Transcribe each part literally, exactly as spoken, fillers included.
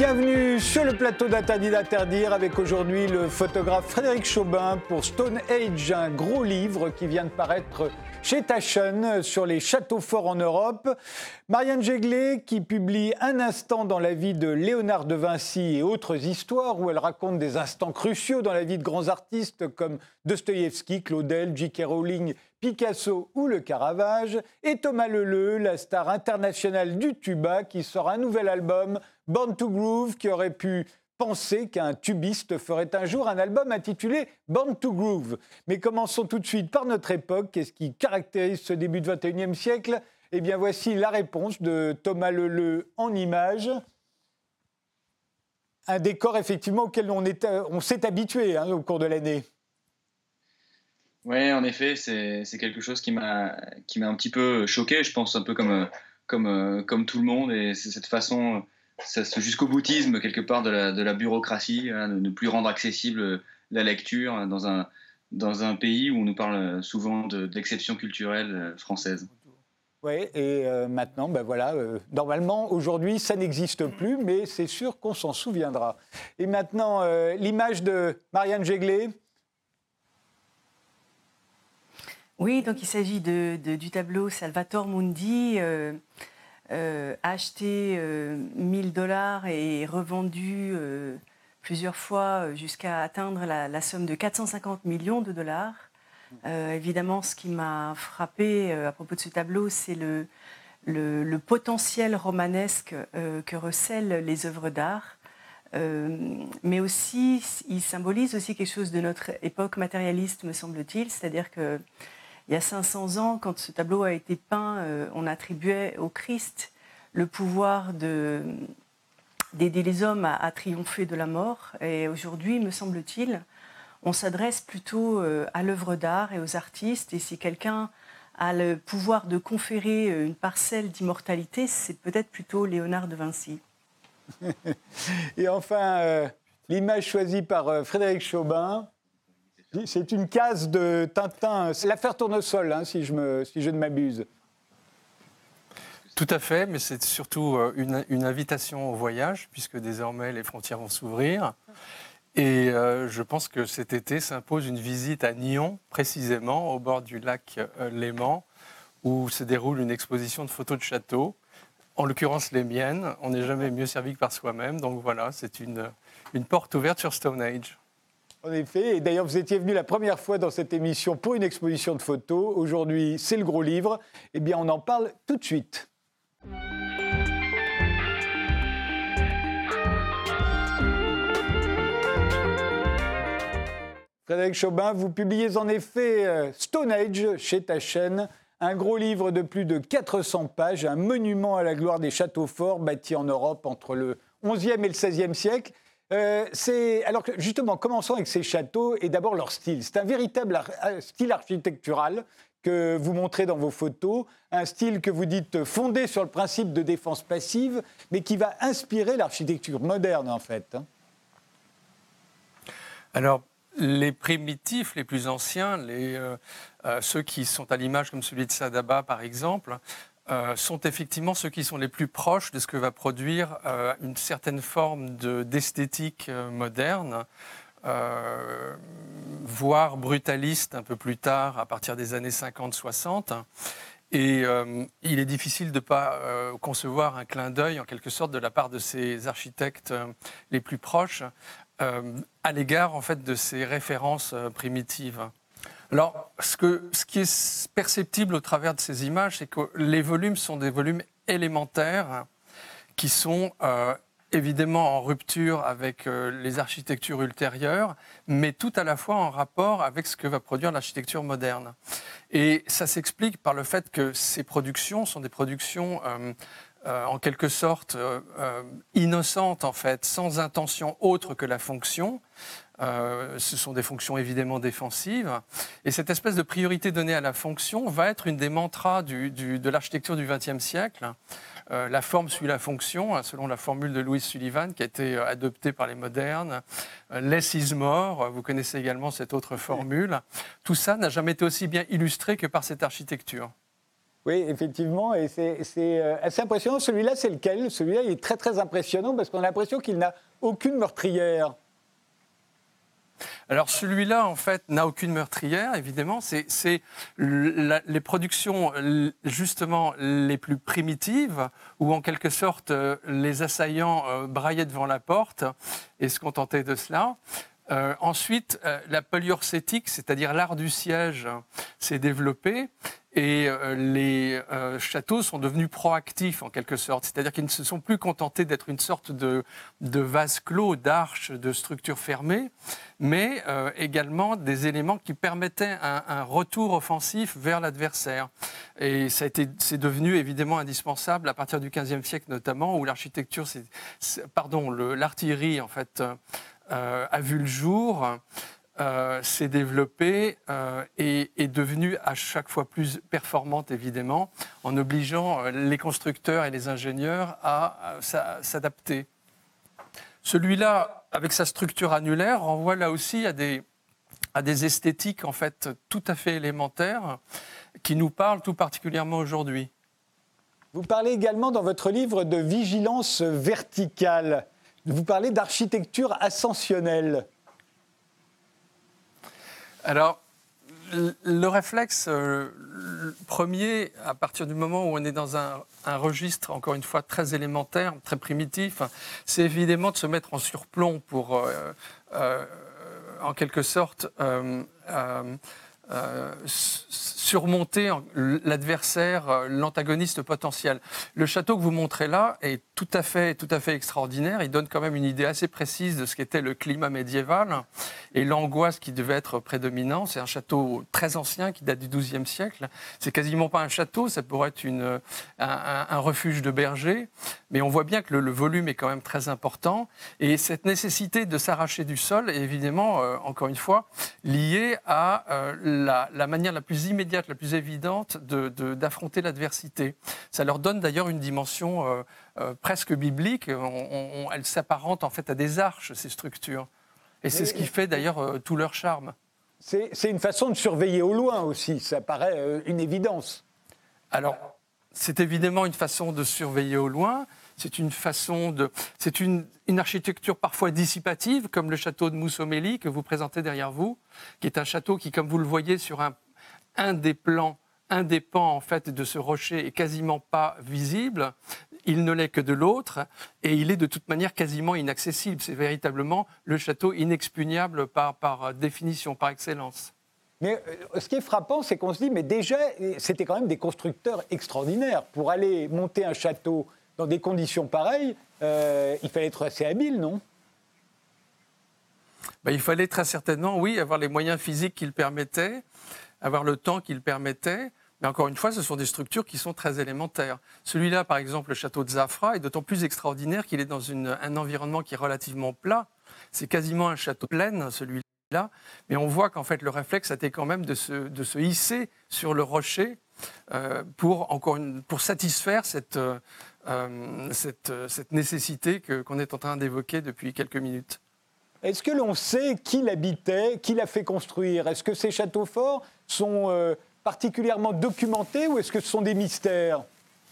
Bienvenue sur le plateau d'Interdit d'interdire avec aujourd'hui le photographe Frédéric Chaubin pour Stone Age, un gros livre qui vient de paraître chez Taschen sur les châteaux forts en Europe. Marianne Jeglet qui publie Un instant dans la vie de Léonard de Vinci et autres histoires où elle raconte des instants cruciaux dans la vie de grands artistes comme Dostoïevski, Claudel, J K Rowling, Picasso ou le Caravage. Et Thomas Leleu, la star internationale du tuba qui sort un nouvel album, Born to Groove, qui aurait pu penser qu'un tubiste ferait un jour un album intitulé Born to Groove. Mais commençons tout de suite par notre époque. Qu'est-ce qui caractérise ce début du vingt et unième siècle ? Eh bien, voici la réponse de Thomas Leleu en images. Un décor, effectivement, auquel on, est, on s'est habitué hein, au cours de l'année. Oui, en effet, c'est, c'est quelque chose qui m'a, qui m'a un petit peu choqué, je pense, un peu comme, comme, comme tout le monde. Et c'est cette façon... ce jusqu'au boutisme quelque part de la, de la bureaucratie, hein, de ne plus rendre accessible la lecture dans un, dans un pays où on nous parle souvent de, d'exception culturelle française. Oui, et euh, maintenant, ben voilà, euh, normalement, aujourd'hui, ça n'existe plus, mais c'est sûr qu'on s'en souviendra. Et maintenant, euh, l'image de Marianne Jeglet. Oui, donc il s'agit de, de, du tableau Salvator Mundi, euh, Euh, acheté euh, mille dollars et revendu euh, plusieurs fois jusqu'à atteindre la, la somme de quatre cent cinquante millions de dollars. Euh, évidemment, ce qui m'a frappé euh, à propos de ce tableau, c'est le, le, le potentiel romanesque euh, que recèlent les œuvres d'art. Euh, mais aussi, il symbolise aussi quelque chose de notre époque matérialiste, me semble-t-il, c'est-à-dire que il y a cinq cents ans, quand ce tableau a été peint, euh, on attribuait au Christ le pouvoir de, d'aider les hommes à, à triompher de la mort. Et aujourd'hui, me semble-t-il, on s'adresse plutôt euh, à l'œuvre d'art et aux artistes. Et si quelqu'un a le pouvoir de conférer une parcelle d'immortalité, c'est peut-être plutôt Léonard de Vinci. Et enfin, euh, l'image choisie par euh, Frédéric Chaubin. C'est une case de Tintin, c'est l'affaire Tournesol, hein, si, je me, si je ne m'abuse. Tout à fait, mais c'est surtout une, une invitation au voyage, puisque désormais les frontières vont s'ouvrir. Et euh, je pense que cet été s'impose une visite à Nyon, précisément, au bord du lac euh, Léman, où se déroule une exposition de photos de châteaux, en l'occurrence les miennes. On n'est jamais mieux servi que par soi-même, donc voilà, c'est une, une porte ouverte sur Stone Age. En effet, et d'ailleurs vous étiez venu la première fois dans cette émission pour une exposition de photos. Aujourd'hui, c'est le gros livre. Eh bien, on en parle tout de suite. Frédéric Chaubin, vous publiez en effet Stone Age chez Taschen, un gros livre de plus de quatre cents pages, un monument à la gloire des châteaux forts bâtis en Europe entre le onzième et le seizième siècle. Euh, c'est, alors justement, commençons avec ces châteaux et d'abord leur style. C'est un véritable ar- style architectural que vous montrez dans vos photos, un style que vous dites fondé sur le principe de défense passive, mais qui va inspirer l'architecture moderne en fait. Alors, les primitifs, les plus anciens, les, euh, euh, ceux qui sont à l'image comme celui de Sadaba par exemple, Euh, sont effectivement ceux qui sont les plus proches de ce que va produire euh, une certaine forme de, d'esthétique euh, moderne, euh, voire brutaliste un peu plus tard, à partir des années cinquante soixante. Et euh, il est difficile de ne pas euh, concevoir un clin d'œil, en quelque sorte, de la part de ces architectes euh, les plus proches, euh, à l'égard, en fait, de ces références euh, primitives. Alors, ce, que, ce qui est perceptible au travers de ces images, c'est que les volumes sont des volumes élémentaires qui sont euh, évidemment en rupture avec euh, les architectures ultérieures, mais tout à la fois en rapport avec ce que va produire l'architecture moderne. Et ça s'explique par le fait que ces productions sont des productions euh, euh, en quelque sorte euh, euh, innocentes, en fait, sans intention autre que la fonction. Euh, ce sont des fonctions évidemment défensives. Et cette espèce de priorité donnée à la fonction va être une des mantras du, du, de l'architecture du vingtième siècle. Euh, la forme suit la fonction, hein, selon la formule de Louis Sullivan, qui a été euh, adoptée par les modernes. Euh, less is more, vous connaissez également cette autre formule. Tout ça n'a jamais été aussi bien illustré que par cette architecture. Oui, effectivement, et c'est, c'est assez impressionnant. Celui-là, c'est lequel? Celui-là, il est très, très impressionnant parce qu'on a l'impression qu'il n'a aucune meurtrière. Alors celui-là, en fait, n'a aucune meurtrière, évidemment. C'est, c'est la, les productions, justement, les plus primitives, où en quelque sorte, les assaillants euh, braillaient devant la porte et se contentaient de cela. Euh, ensuite, euh, la polyurcétique, c'est-à-dire l'art du siège, s'est développé. Et euh, les euh, châteaux sont devenus proactifs en quelque sorte, c'est-à-dire qu'ils ne se sont plus contentés d'être une sorte de, de vase clos, d'arche, de structure fermée, mais euh, également des éléments qui permettaient un, un retour offensif vers l'adversaire. Et ça a été, c'est devenu évidemment indispensable à partir du quinzième siècle notamment, où l'architecture, c'est, c'est, pardon, le, l'artillerie en fait euh, a vu le jour. Euh, s'est développée euh, et est devenue à chaque fois plus performante, évidemment, en obligeant les constructeurs et les ingénieurs à, à, à s'adapter. Celui-là, avec sa structure annulaire, renvoie là aussi à des, à des esthétiques en fait tout à fait élémentaires qui nous parlent tout particulièrement aujourd'hui. Vous parlez également dans votre livre de vigilance verticale. Vous parlez d'architecture ascensionnelle. Alors, le réflexe euh, le premier, à partir du moment où on est dans un, un registre, encore une fois, très élémentaire, très primitif, c'est évidemment de se mettre en surplomb pour, euh, euh, en quelque sorte, euh, euh, euh, surmonter l'adversaire, l'antagoniste potentiel. Le château que vous montrez là est tout à fait, tout à fait extraordinaire. Il donne quand même une idée assez précise de ce qu'était le climat médiéval et l'angoisse qui devait être prédominant. C'est un château très ancien qui date du douzième siècle. C'est quasiment pas un château, ça pourrait être une, un, un, un refuge de berger. Mais on voit bien que le, le volume est quand même très important. Et cette nécessité de s'arracher du sol est évidemment, euh, encore une fois, liée à euh, la, la manière la plus immédiate, la plus évidente de, de, d'affronter l'adversité. Ça leur donne d'ailleurs une dimension euh, euh, presque biblique. On, on, elles s'apparentent en fait à des arches, ces structures. Et c'est Mais, ce qui fait d'ailleurs euh, tout leur charme. C'est, c'est une façon de surveiller au loin aussi, ça paraît euh, une évidence. Alors, c'est évidemment une façon de surveiller au loin. C'est une façon de, c'est une, une architecture parfois dissipative, comme le château de Moussomélie que vous présentez derrière vous, qui est un château qui, comme vous le voyez sur un, un des plans, un des pans en fait de ce rocher est quasiment pas visible. Il ne l'est que de l'autre, et il est de toute manière quasiment inaccessible. C'est véritablement le château inexpugnable par, par définition, par excellence. Mais euh, ce qui est frappant, c'est qu'on se dit, mais déjà, c'était quand même des constructeurs extraordinaires. Pour aller monter un château dans des conditions pareilles, euh, il fallait être assez habile, non ? Ben, il fallait très certainement, oui, avoir les moyens physiques qui le permettaient, avoir le temps qui le permettait. Mais encore une fois, ce sont des structures qui sont très élémentaires. Celui-là, par exemple, le château de Zafra, est d'autant plus extraordinaire qu'il est dans une, un environnement qui est relativement plat. C'est quasiment un château plein, celui-là. Mais on voit qu'en fait, le réflexe, c'était quand même de se, de se hisser sur le rocher euh, pour, encore une, pour satisfaire cette, euh, cette, cette nécessité que, qu'on est en train d'évoquer depuis quelques minutes. Est-ce que l'on sait qui l'habitait, qui l'a fait construire ? Est-ce que ces châteaux forts sont euh, particulièrement documentés ou est-ce que ce sont des mystères ?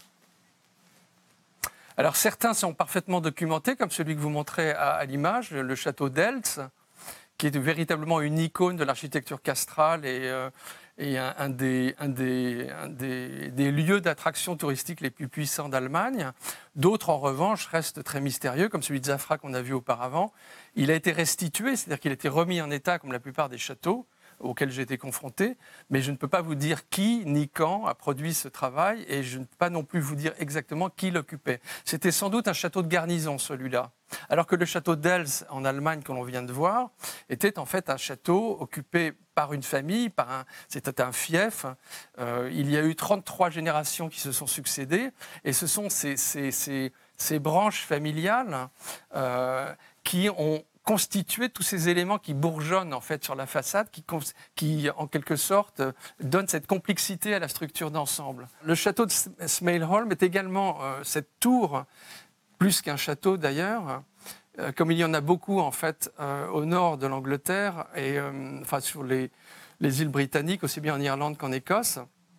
Alors certains sont parfaitement documentés, comme celui que vous montrez à, à l'image, le château d'Eltz, qui est véritablement une icône de l'architecture castrale et, euh, et un, un, des, un, des, un des, des lieux d'attraction touristique les plus puissants d'Allemagne. D'autres, en revanche, restent très mystérieux, comme celui de Zafra qu'on a vu auparavant. Il a été restitué, c'est-à-dire qu'il a été remis en état, comme la plupart des châteaux auxquels j'ai été confronté, mais je ne peux pas vous dire qui ni quand a produit ce travail et je ne peux pas non plus vous dire exactement qui l'occupait. C'était sans doute un château de garnison, celui-là. Alors que le château d'Eltz, en Allemagne, que l'on vient de voir, était en fait un château occupé par une famille, par un, c'était un fief. Euh, il y a eu trente-trois générations qui se sont succédées et ce sont ces, ces, ces, ces branches familiales euh, qui ont constituer tous ces éléments qui bourgeonnent en fait sur la façade, qui, qui en quelque sorte donnent cette complexité à la structure d'ensemble. Le château de Smailholm est également euh, cette tour, plus qu'un château d'ailleurs, euh, comme il y en a beaucoup en fait euh, au nord de l'Angleterre et euh, enfin sur les, les îles britanniques, aussi bien en Irlande qu'en Écosse.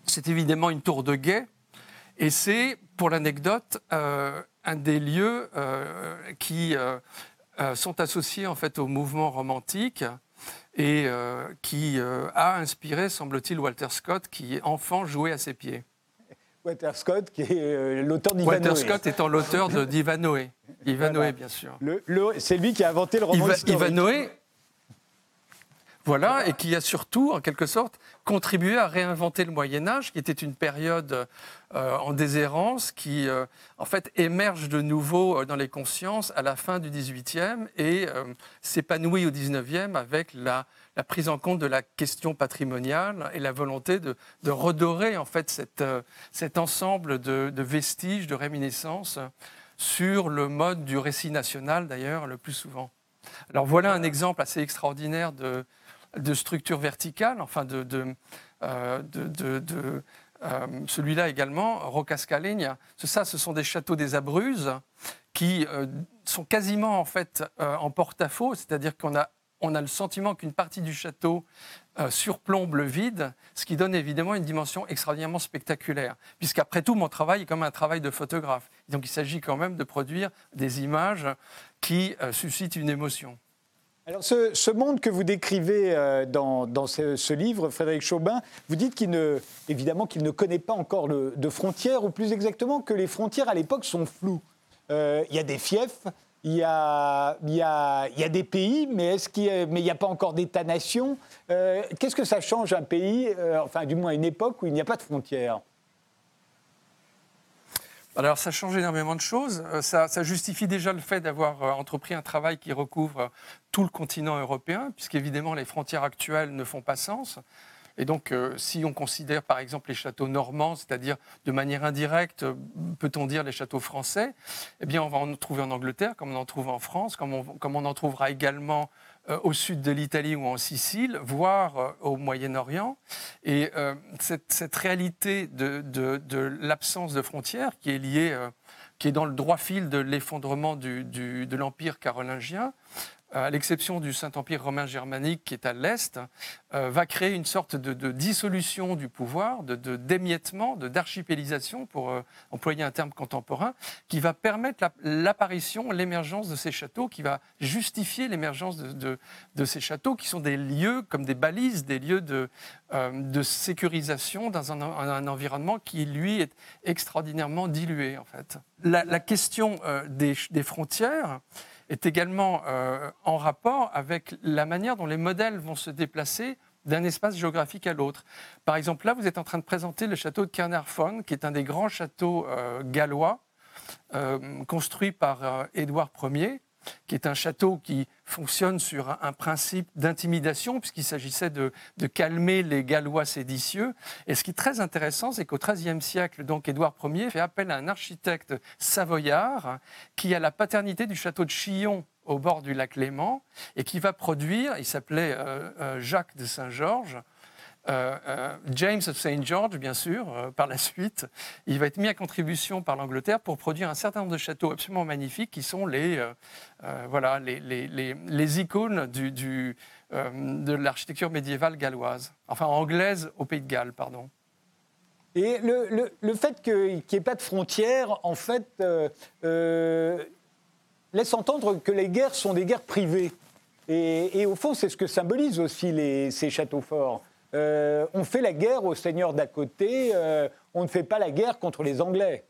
c'est évidemment une tour de guet. Et c'est, pour l'anecdote, euh, un des lieux euh, qui euh, euh, sont associés en fait, au mouvement romantique et euh, qui euh, a inspiré, semble-t-il, Walter Scott, qui, enfant, jouait à ses pieds. Walter Scott, qui est euh, l'auteur d'Ivanhoe. Walter Scott étant l'auteur de, d'Ivanhoe. Ivanhoe, voilà. Bien sûr. Le, le, c'est lui qui a inventé le roman Iva, historique. Ivanhoe, voilà, et qui a surtout, en quelque sorte, contribué à réinventer le Moyen-Âge, qui était une période euh, en déshérence, qui, euh, en fait, émerge de nouveau dans les consciences à la fin du dix-huitième et euh, s'épanouit au dix-neuvième avec la, la prise en compte de la question patrimoniale et la volonté de, de redorer, en fait, cette, euh, cet ensemble de, de vestiges, de réminiscences sur le mode du récit national, d'ailleurs, le plus souvent. Alors voilà un exemple assez extraordinaire de, de structure verticale, enfin de, de, euh, de, de, de euh, celui-là également, Roccascalegna. Ça, ce sont des châteaux des Abruzzes qui euh, sont quasiment en fait euh, en porte-à-faux, c'est-à-dire qu'on a, on a le sentiment qu'une partie du château euh, surplombe le vide, ce qui donne évidemment une dimension extraordinairement spectaculaire, puisqu'après tout, mon travail est comme un travail de photographe. Donc il s'agit quand même de produire des images qui euh, suscitent une émotion. Alors ce, ce monde que vous décrivez euh, dans, dans ce, ce livre, Frédéric Chaubin, vous dites qu'il ne, évidemment qu'il ne connaît pas encore le, de frontières, ou plus exactement que les frontières à l'époque sont floues. Euh, il y a des fiefs, il y a, il y a, il y a des pays, mais est-ce qu'il y a, mais il n'y a pas encore d'État-nation. Euh, qu'est-ce que ça change un pays, euh, enfin du moins une époque où il n'y a pas de frontières ? Alors, ça change énormément de choses. Ça, ça justifie déjà le fait d'avoir entrepris un travail qui recouvre tout le continent européen, puisqu'évidemment, les frontières actuelles ne font pas sens. Et donc, euh, si on considère par exemple les châteaux normands, c'est-à-dire de manière indirecte, peut-on dire les châteaux français, eh bien, on va en trouver en Angleterre, comme on en trouve en France, comme on, comme on en trouvera également euh, au sud de l'Italie ou en Sicile, voire euh, au Moyen-Orient. Et euh, cette, cette réalité de, de, de l'absence de frontières qui est liée, euh, qui est dans le droit fil de l'effondrement du, du, de l'Empire carolingien, à l'exception du Saint-Empire romain germanique qui est à l'Est, euh, va créer une sorte de, de dissolution du pouvoir, de, de d'émiettement, de, d'archipélisation, pour euh, employer un terme contemporain, qui va permettre la, l'apparition, l'émergence de ces châteaux, qui va justifier l'émergence de, de, de ces châteaux, qui sont des lieux comme des balises, des lieux de, euh, de sécurisation dans un, un, un environnement qui, lui, est extraordinairement dilué, en fait. La, la question euh, des, des frontières est également euh, en rapport avec la manière dont les modèles vont se déplacer d'un espace géographique à l'autre. Par exemple, là, vous êtes en train de présenter le château de Caernarfon, qui est un des grands châteaux euh, gallois, euh, construit par euh, Édouard Ier, qui est un château qui fonctionne sur un, un principe d'intimidation, puisqu'il s'agissait de, de calmer les Gallois séditieux. Et ce qui est très intéressant, c'est qu'au XIIIe siècle, donc, Édouard Ier fait appel à un architecte savoyard qui a la paternité du château de Chillon au bord du lac Léman et qui va produire, il s'appelait euh, euh, Jacques de Saint-Georges, Euh, euh, James of Saint George, bien sûr, euh, par la suite, il va être mis à contribution par l'Angleterre pour produire un certain nombre de châteaux absolument magnifiques qui sont les, euh, euh, voilà, les, les, les, les icônes du, du, euh, de l'architecture médiévale galloise, enfin anglaise au Pays de Galles, pardon. Et le, le, le fait qu'il n'y ait pas de frontières, en fait, euh, euh, laisse entendre que les guerres sont des guerres privées. Et, et au fond, c'est ce que symbolisent aussi les, ces châteaux forts. Euh, on fait la guerre aux seigneurs d'à côté, euh, on ne fait pas la guerre contre les Anglais.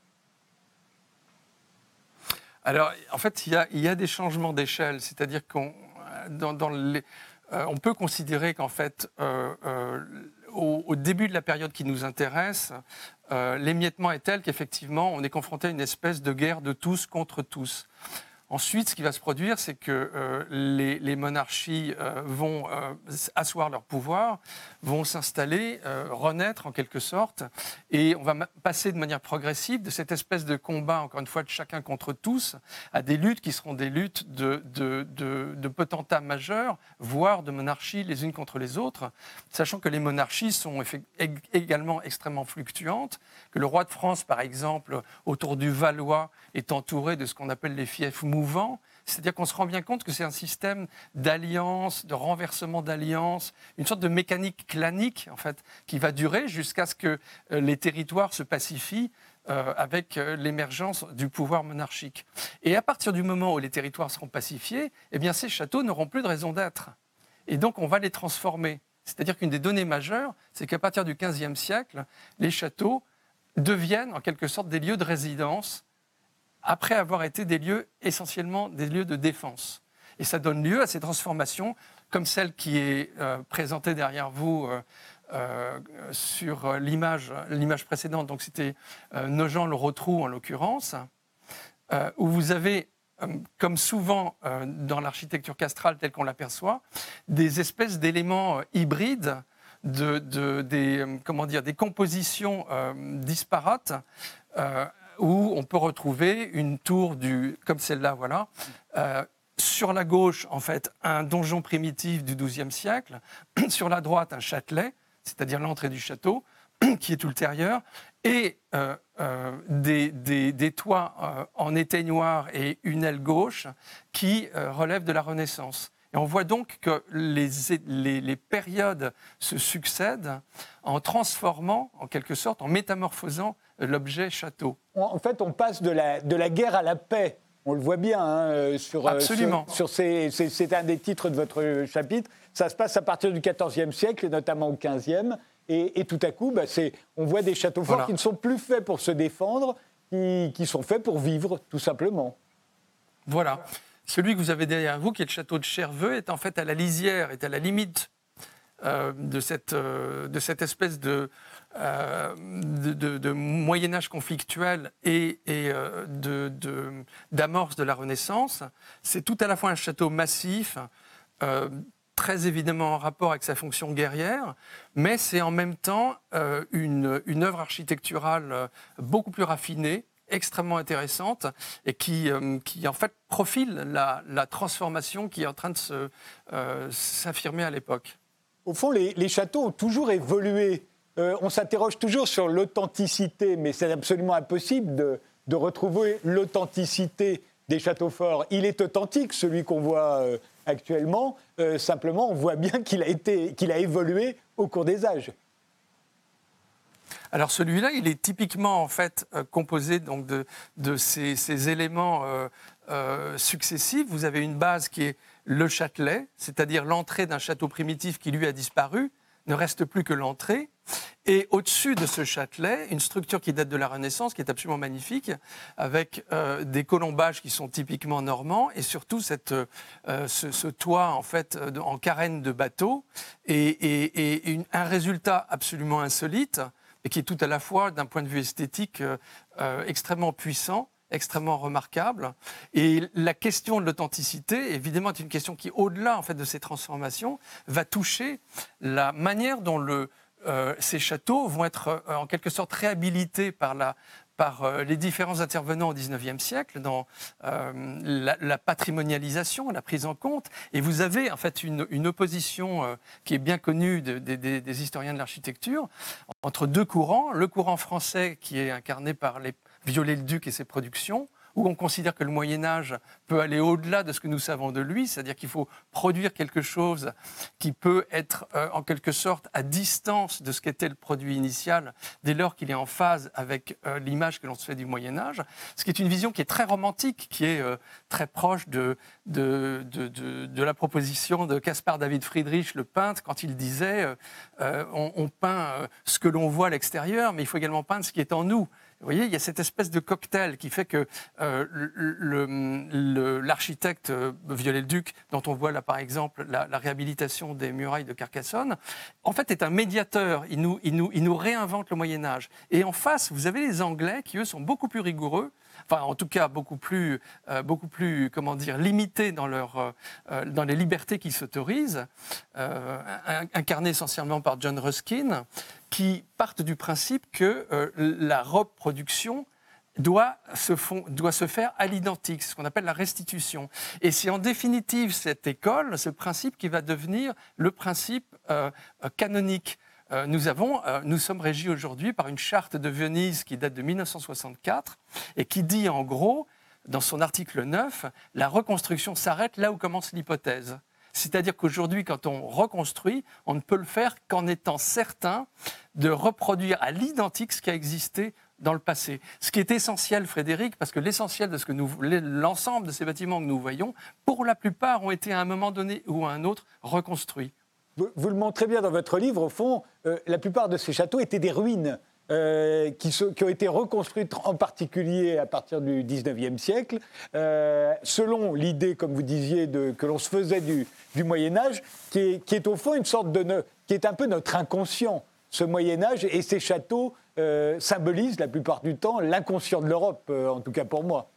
Alors, en fait, il y a, il y a des changements d'échelle, c'est-à-dire qu'on dans, dans les, euh, on peut considérer qu'en fait, euh, euh, au, au début de la période qui nous intéresse, euh, l'émiettement est tel qu'effectivement, on est confronté à une espèce de guerre de tous contre tous. Ensuite, ce qui va se produire, c'est que euh, les, les monarchies euh, vont euh, asseoir leur pouvoir, vont s'installer, euh, renaître en quelque sorte, et on va ma- passer de manière progressive de cette espèce de combat, encore une fois, de chacun contre tous, à des luttes qui seront des luttes de, de, de, de potentats majeurs, voire de monarchies les unes contre les autres, sachant que les monarchies sont effect- également extrêmement fluctuantes, que le roi de France, par exemple, autour du Valois, est entouré de ce qu'on appelle les fiefs mouvants, C'est-à-dire qu'on se rend bien compte que c'est un système d'alliance, de renversement d'alliance, une sorte de mécanique clanique, en fait, qui va durer jusqu'à ce que euh, les territoires se pacifient euh, avec euh, l'émergence du pouvoir monarchique. Et à partir du moment où les territoires seront pacifiés, eh bien, ces châteaux n'auront plus de raison d'être. Et donc, on va les transformer. C'est-à-dire qu'une des données majeures, c'est qu'à partir du quinzième siècle, les châteaux deviennent en quelque sorte des lieux de résidence après avoir été des lieux essentiellement des lieux de défense. Et ça donne lieu à ces transformations, comme celle qui est euh, présentée derrière vous euh, euh, sur l'image, l'image précédente. Donc c'était euh, Nogent-le-Rotrou en l'occurrence, euh, où vous avez, euh, comme souvent euh, dans l'architecture castrale telle qu'on l'aperçoit, des espèces d'éléments euh, hybrides, de, de, des, euh, comment dire, des compositions euh, disparates, euh, où on peut retrouver une tour du, comme celle-là, voilà. Euh, sur la gauche, en fait, un donjon primitif du douzième siècle. Sur la droite, un châtelet, c'est-à-dire l'entrée du château, qui est ultérieure, et euh, euh, des, des, des toits euh, en éteignoir et une aile gauche qui euh, relèvent de la Renaissance. Et on voit donc que les, les, les périodes se succèdent en transformant, en quelque sorte, en métamorphosant l'objet château. En fait, on passe de la, de la guerre à la paix. On le voit bien hein, sur, Absolument. sur, sur ces, c'est, c'est un des titres de votre chapitre. Ça se passe à partir du quatorzième siècle, et notamment au quinzième. Et, et tout à coup, bah, c'est, on voit des châteaux forts voilà. qui ne sont plus faits pour se défendre, qui, qui sont faits pour vivre, tout simplement. Voilà. Celui que vous avez derrière vous, qui est le château de Cherveux, est en fait à la lisière, est à la limite euh, de, cette, euh, de cette espèce de, euh, de, de, de Moyen-Âge conflictuel et, et euh, de, de, d'amorce de la Renaissance. C'est tout à la fois un château massif, euh, très évidemment en rapport avec sa fonction guerrière, mais c'est en même temps euh, une, une œuvre architecturale beaucoup plus raffinée, extrêmement intéressante et qui, euh, qui en fait profile la, la transformation qui est en train de se, euh, s'affirmer à l'époque. Au fond, les, les châteaux ont toujours évolué. Euh, on s'interroge toujours sur l'authenticité, mais c'est absolument impossible de, de retrouver l'authenticité des châteaux forts. Il est authentique, celui qu'on voit euh, actuellement. Euh, simplement, on voit bien qu'il a, été, qu'il a évolué au cours des âges. Alors celui-là, il est typiquement en fait euh, composé donc de, de ces, ces éléments euh, euh, successifs. Vous avez une base qui est le châtelet, c'est-à-dire l'entrée d'un château primitif qui lui a disparu, ne reste plus que l'entrée. Et au-dessus de ce châtelet, une structure qui date de la Renaissance, qui est absolument magnifique, avec euh, des colombages qui sont typiquement normands, et surtout cette, euh, ce, ce toit en fait en carène de bateau, et, et, et une, un résultat absolument insolite, et qui est tout à la fois, d'un point de vue esthétique, euh, euh, extrêmement puissant, extrêmement remarquable. Et la question de l'authenticité, évidemment, est une question qui, au-delà en fait, de ces transformations, va toucher la manière dont le, euh, ces châteaux vont être, euh, en quelque sorte, réhabilités par la... par euh, les différents intervenants au dix-neuvième siècle dans euh, la, la patrimonialisation, la prise en compte. Et vous avez en fait une, une opposition euh, qui est bien connue de, de, de, des historiens de l'architecture entre deux courants. Le courant français qui est incarné par les Viollet-le-Duc et ses productions, où on considère que le Moyen-Âge peut aller au-delà de ce que nous savons de lui, c'est-à-dire qu'il faut produire quelque chose qui peut être euh, en quelque sorte à distance de ce qu'était le produit initial, dès lors qu'il est en phase avec euh, l'image que l'on se fait du Moyen-Âge, ce qui est une vision qui est très romantique, qui est euh, très proche de, de, de, de, de la proposition de Caspar David Friedrich, le peintre, quand il disait euh, euh, on, on peint euh, ce que l'on voit à l'extérieur, mais il faut également peindre ce qui est en nous. Vous voyez, il y a cette espèce de cocktail qui fait que euh, le, le, l'architecte Viollet-le-Duc, dont on voit là par exemple la, la réhabilitation des murailles de Carcassonne, en fait est un médiateur. Il nous, il nous, il nous réinvente le Moyen-Âge. Et en face, vous avez les Anglais qui, eux, sont beaucoup plus rigoureux, enfin en tout cas beaucoup plus, euh, beaucoup plus comment dire, limités dans, leur, euh, dans les libertés qu'ils s'autorisent, euh, incarnés essentiellement par John Ruskin, qui partent du principe que euh, la reproduction doit se, fond, doit se faire à l'identique, ce qu'on appelle la restitution. Et c'est en définitive cette école, ce principe qui va devenir le principe euh, canonique. Euh, nous, avons, euh, nous sommes régis aujourd'hui par une charte de Venise qui date de mille neuf cent soixante-quatre et qui dit en gros dans son article neuf, la reconstruction s'arrête là où commence l'hypothèse. C'est-à-dire qu'aujourd'hui, quand on reconstruit, on ne peut le faire qu'en étant certain de reproduire à l'identique ce qui a existé dans le passé. Ce qui est essentiel, Frédéric, parce que l'essentiel de ce que nous, l'ensemble de ces bâtiments que nous voyons, pour la plupart, ont été à un moment donné ou à un autre reconstruits. Vous, vous le montrez bien dans votre livre, au fond, euh, la plupart de ces châteaux étaient des ruines. Euh, qui, se, qui ont été reconstruites en particulier à partir du dix-neuvième siècle, euh, selon l'idée, comme vous disiez, de, que l'on se faisait du, du Moyen-Âge, qui est, qui est au fond une sorte de... Ne, qui est un peu notre inconscient, ce Moyen-Âge, et ces châteaux euh, symbolisent la plupart du temps l'inconscient de l'Europe, euh, en tout cas pour moi.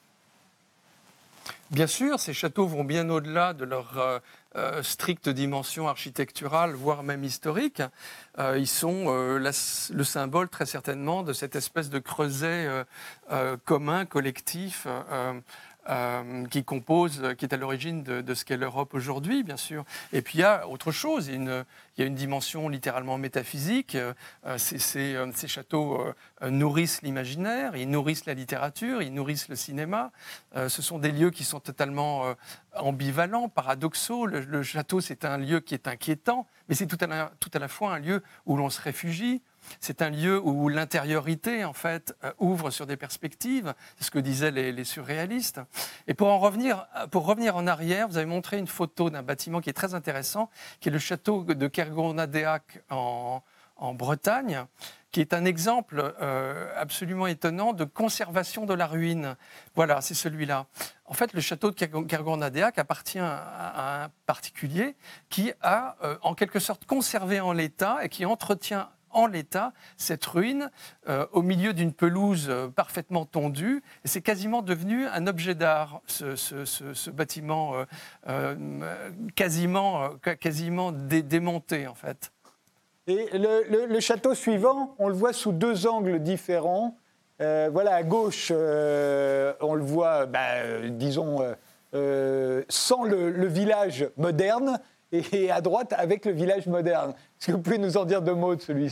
Bien sûr, ces châteaux vont bien au-delà de leur euh, euh, stricte dimension architecturale, voire même historique. Euh, ils sont euh, la, le symbole, très certainement, de cette espèce de creuset euh, euh, commun, collectif, euh, euh, qui compose, qui est à l'origine de, de ce qu'est l'Europe aujourd'hui, bien sûr. Et puis il y a autre chose, il y a une, il y a une dimension littéralement métaphysique. Euh, ces, ces, ces châteaux euh, nourrissent l'imaginaire, ils nourrissent la littérature, ils nourrissent le cinéma. Euh, ce sont des lieux qui sont totalement euh, ambivalents, paradoxaux. Le, le château, c'est un lieu qui est inquiétant, mais c'est tout à la, tout à la fois un lieu où l'on se réfugie. C'est un lieu où l'intériorité, en fait, euh, ouvre sur des perspectives. C'est ce que disaient les, les surréalistes. Et pour en revenir, pour revenir en arrière, vous avez montré une photo d'un bâtiment qui est très intéressant, qui est le château de Kergonadéac en, en Bretagne, qui est un exemple euh, absolument étonnant de conservation de la ruine. Voilà, c'est celui-là. En fait, le château de Kergonadéac appartient à un particulier qui a, euh, en quelque sorte, conservé en l'état et qui entretient en l'état cette ruine euh, au milieu d'une pelouse euh, parfaitement tondue. Et c'est quasiment devenu un objet d'art, ce, ce, ce, ce bâtiment euh, euh, quasiment, euh, quasiment dé- démonté, en fait. Et le, le, le château suivant, on le voit sous deux angles différents. Euh, voilà, à gauche, euh, on le voit, bah, euh, disons, euh, euh, sans le, le village moderne, et à droite, avec le village moderne. Est-ce que vous pouvez nous en dire deux mots de celui-ci ?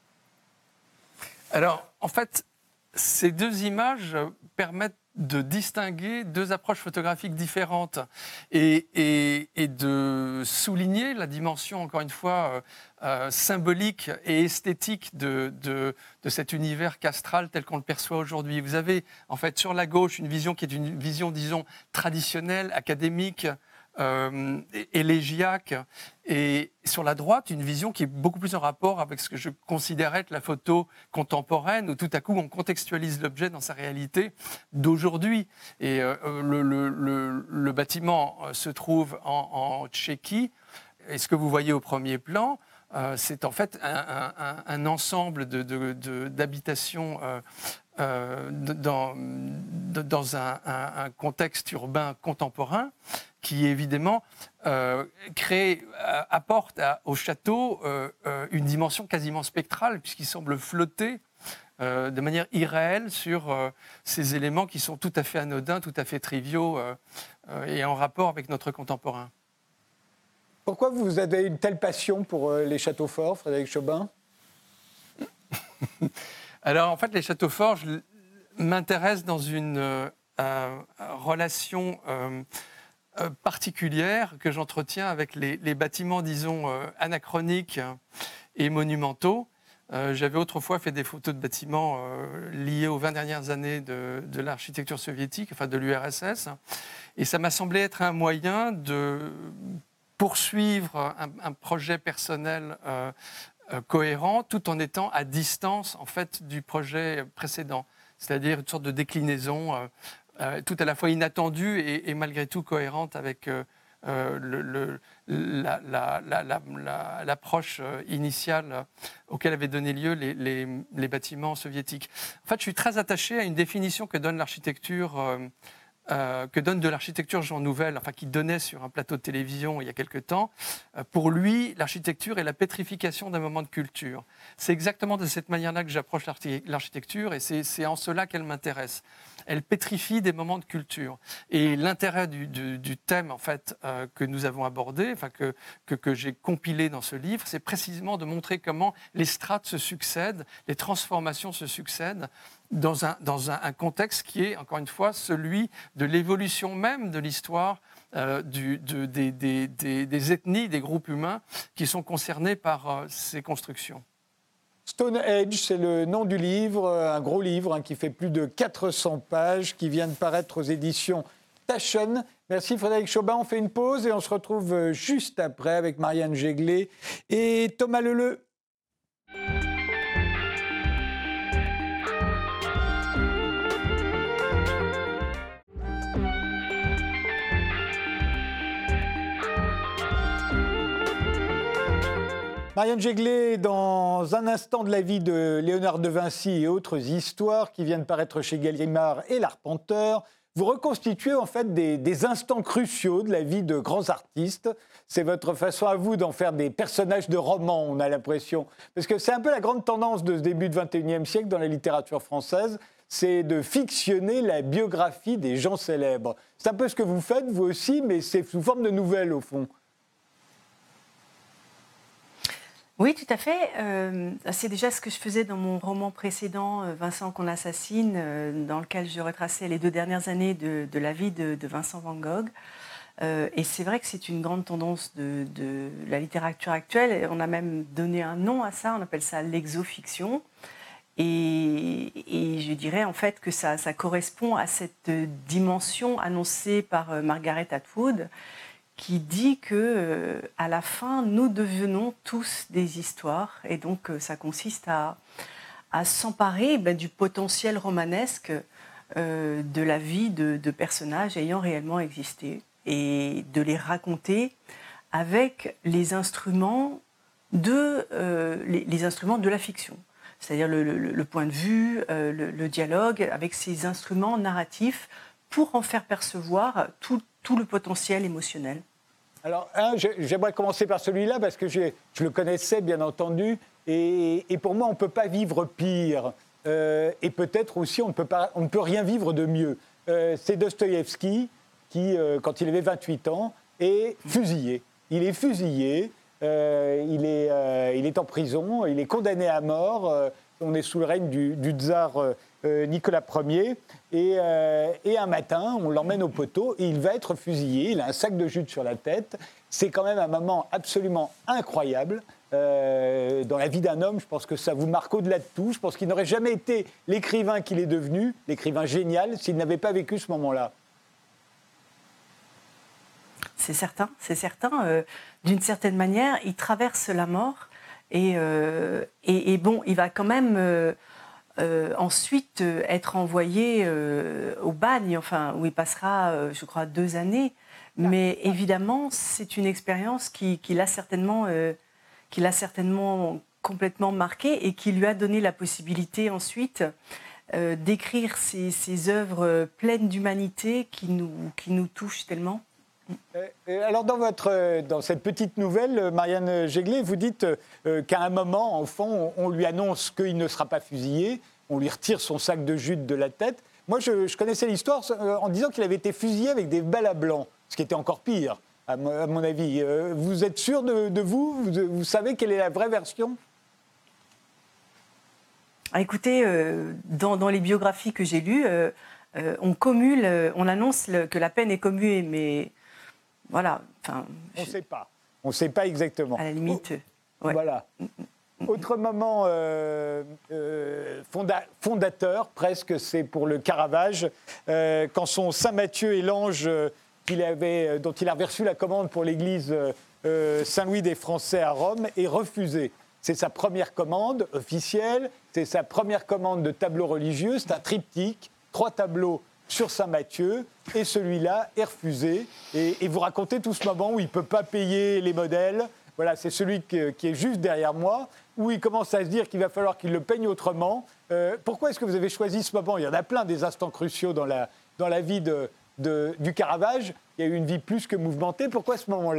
Alors, en fait, ces deux images permettent de distinguer deux approches photographiques différentes et, et, et de souligner la dimension, encore une fois, euh, symbolique et esthétique de, de, de cet univers castral tel qu'on le perçoit aujourd'hui. Vous avez, en fait, sur la gauche, une vision qui est une vision, disons, traditionnelle, académique, Euh, élégiaque, et sur la droite, une vision qui est beaucoup plus en rapport avec ce que je considérais être la photo contemporaine, où tout à coup on contextualise l'objet dans sa réalité d'aujourd'hui. Et euh, le, le, le, le bâtiment se trouve en, en Tchéquie, et ce que vous voyez au premier plan, euh, c'est en fait un, un, un ensemble de, de, de, d'habitations euh, euh, dans, dans un, un, un contexte urbain contemporain, qui évidemment euh, crée, euh, apporte à, au château euh, euh, une dimension quasiment spectrale, puisqu'il semble flotter euh, de manière irréelle sur euh, ces éléments qui sont tout à fait anodins, tout à fait triviaux euh, euh, et en rapport avec notre contemporain. Pourquoi vous avez une telle passion pour euh, les châteaux forts, Frédéric Chobin ? Alors, en fait, les châteaux forts, je m'intéresse dans une euh, euh, relation euh, Euh, particulière que j'entretiens avec les, les bâtiments, disons, euh, anachroniques et monumentaux. Euh, j'avais autrefois fait des photos de bâtiments euh, liés aux vingt dernières années de, de l'architecture soviétique, enfin de l'U R S S, et ça m'a semblé être un moyen de poursuivre un, un projet personnel euh, euh, cohérent, tout en étant à distance, en fait, du projet précédent, c'est-à-dire une sorte de déclinaison euh, Euh, tout à la fois inattendue et, et malgré tout cohérente avec euh, euh, le, le, la, la, la, la, l'approche initiale auquel avaient donné lieu les, les, les bâtiments soviétiques. En fait, je suis très attaché à une définition que donne l'architecture euh, euh, que donne de l'architecture Jean Nouvel, enfin qui donnait sur un plateau de télévision il y a quelque temps. Euh, pour lui, l'architecture est la pétrification d'un moment de culture. C'est exactement de cette manière-là que j'approche l'architecture, et c'est, c'est en cela qu'elle m'intéresse. Elle pétrifie des moments de culture. Et l'intérêt du, du, du thème en fait euh, que nous avons abordé, enfin que, que, que j'ai compilé dans ce livre, c'est précisément de montrer comment les strates se succèdent, les transformations se succèdent dans un, dans un, un contexte qui est, encore une fois, celui de l'évolution même de l'histoire euh, du, de, des, des, des, des ethnies, des groupes humains qui sont concernés par euh, ces constructions. Stonehenge, c'est le nom du livre, un gros livre hein, qui fait plus de quatre cents pages, qui vient de paraître aux éditions Taschen. Merci Frédéric Chobin, on fait une pause et on se retrouve juste après avec Marianne Jeglet et Thomas Leleu. Marianne Jeglet, dans un instant de la vie de Léonard de Vinci et autres histoires qui viennent paraître chez Gallimard et l'Arpenteur, vous reconstituez en fait des, des instants cruciaux de la vie de grands artistes. C'est votre façon à vous d'en faire des personnages de romans, on a l'impression. Parce que c'est un peu la grande tendance de ce début du vingt et unième siècle dans la littérature française, c'est de fictionner la biographie des gens célèbres. C'est un peu ce que vous faites, vous aussi, mais c'est sous forme de nouvelles au fond. Oui, tout à fait. Euh, c'est déjà ce que je faisais dans mon roman précédent, Vincent qu'on assassine, euh, dans lequel je retraçais les deux dernières années de, de la vie de, de Vincent Van Gogh. Euh, et c'est vrai que c'est une grande tendance de, de la littérature actuelle. On a même donné un nom à ça, on appelle ça l'exofiction. Et, et je dirais en fait que ça, ça correspond à cette dimension annoncée par Margaret Atwood, qui dit que euh, à la fin, nous devenons tous des histoires. Et donc, euh, ça consiste à, à s'emparer ben, du potentiel romanesque euh, de la vie de, de personnages ayant réellement existé et de les raconter avec les instruments de, euh, les, les instruments de la fiction. C'est-à-dire le, le, le point de vue, euh, le, le dialogue, avec ces instruments narratifs pour en faire percevoir tout, tout le potentiel émotionnel. Alors, hein, j'aimerais commencer par celui-là parce que je le connaissais, bien entendu, et, et pour moi, on ne peut pas vivre pire. Euh, et peut-être aussi, on ne peut, pas, on ne peut rien vivre de mieux. Euh, c'est Dostoïevski qui, euh, quand il avait vingt-huit ans, est fusillé. Il est fusillé, euh, il, est, euh, il est en prison, il est condamné à mort. Euh, on est sous le règne du, du tsar euh, Nicolas Ier. Et, euh, et un matin, on l'emmène au poteau et il va être fusillé. Il a un sac de jute sur la tête. C'est quand même un moment absolument incroyable euh, dans la vie d'un homme. Je pense que ça vous marque au-delà de tout. Je pense qu'il n'aurait jamais été l'écrivain qu'il est devenu, l'écrivain génial, s'il n'avait pas vécu ce moment-là. C'est certain, c'est certain. Euh, d'une certaine manière, il traverse la mort et, euh, et, et bon, il va quand même... Euh, Euh, ensuite euh, être envoyé euh, au bagne, enfin, où il passera, euh, je crois, deux années. Mais évidemment, c'est une expérience qui, qui l'a certainement, euh, qui l'a certainement complètement marqué et qui lui a donné la possibilité ensuite euh, d'écrire ces, ces œuvres pleines d'humanité qui nous, qui nous touchent tellement. Alors, dans, votre, dans cette petite nouvelle, Marianne Jeglet, vous dites euh, qu'à un moment, en fond, on, on lui annonce qu'il ne sera pas fusillé, on lui retire son sac de jute de la tête. Moi, je, je connaissais l'histoire euh, en disant qu'il avait été fusillé avec des balles à blanc, ce qui était encore pire, à, à mon avis. Euh, vous êtes sûr de, de vous, vous Vous savez quelle est la vraie version ? Ah, écoutez, euh, dans, dans les biographies que j'ai lues, euh, euh, on commule, on annonce le, que la peine est commuée, mais... Voilà. Enfin, on ne je... sait pas. On ne sait pas exactement. À la limite, oh, ouais. Voilà. Autre moment euh, euh, fonda- fondateur, presque, c'est pour le Caravage, euh, quand son Saint Matthieu et l'ange euh, qu'il avait, dont il avait reçu la commande pour l'église euh, Saint-Louis des Français à Rome est refusé. C'est sa première commande officielle, c'est sa première commande de tableau religieux, c'est un triptyque, trois tableaux sur Saint-Matthieu, et celui-là est refusé. Et, et vous racontez tout ce moment où il ne peut pas payer les modèles. Voilà, c'est celui qui, qui est juste derrière moi, où il commence à se dire qu'il va falloir qu'il le peigne autrement. Euh, pourquoi est-ce que vous avez choisi ce moment ? Il y en a plein des instants cruciaux dans la, dans la vie de, de, du Caravage. Il y a eu une vie plus que mouvementée. Pourquoi à ce moment-là ?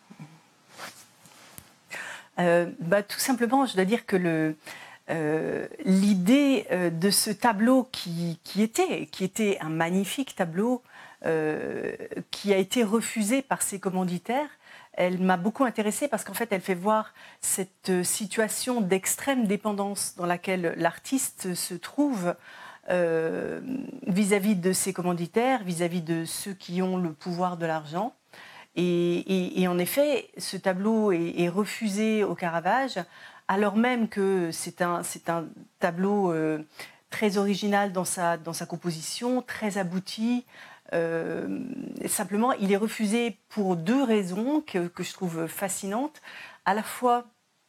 euh, bah, Tout simplement, je dois dire que le, euh, l'idée euh, de ce tableau qui, qui, était, qui était un magnifique tableau, euh, qui a été refusé par ses commanditaires, elle m'a beaucoup intéressée parce qu'en fait, elle fait voir cette situation d'extrême dépendance dans laquelle l'artiste se trouve euh, vis-à-vis de ses commanditaires, vis-à-vis de ceux qui ont le pouvoir de l'argent. Et, et, et en effet, ce tableau est, est refusé au Caravage, alors même que c'est un, c'est un tableau euh, très original dans sa, dans sa composition, très abouti. Euh, simplement, il est refusé pour deux raisons que, que je trouve fascinantes. À la fois,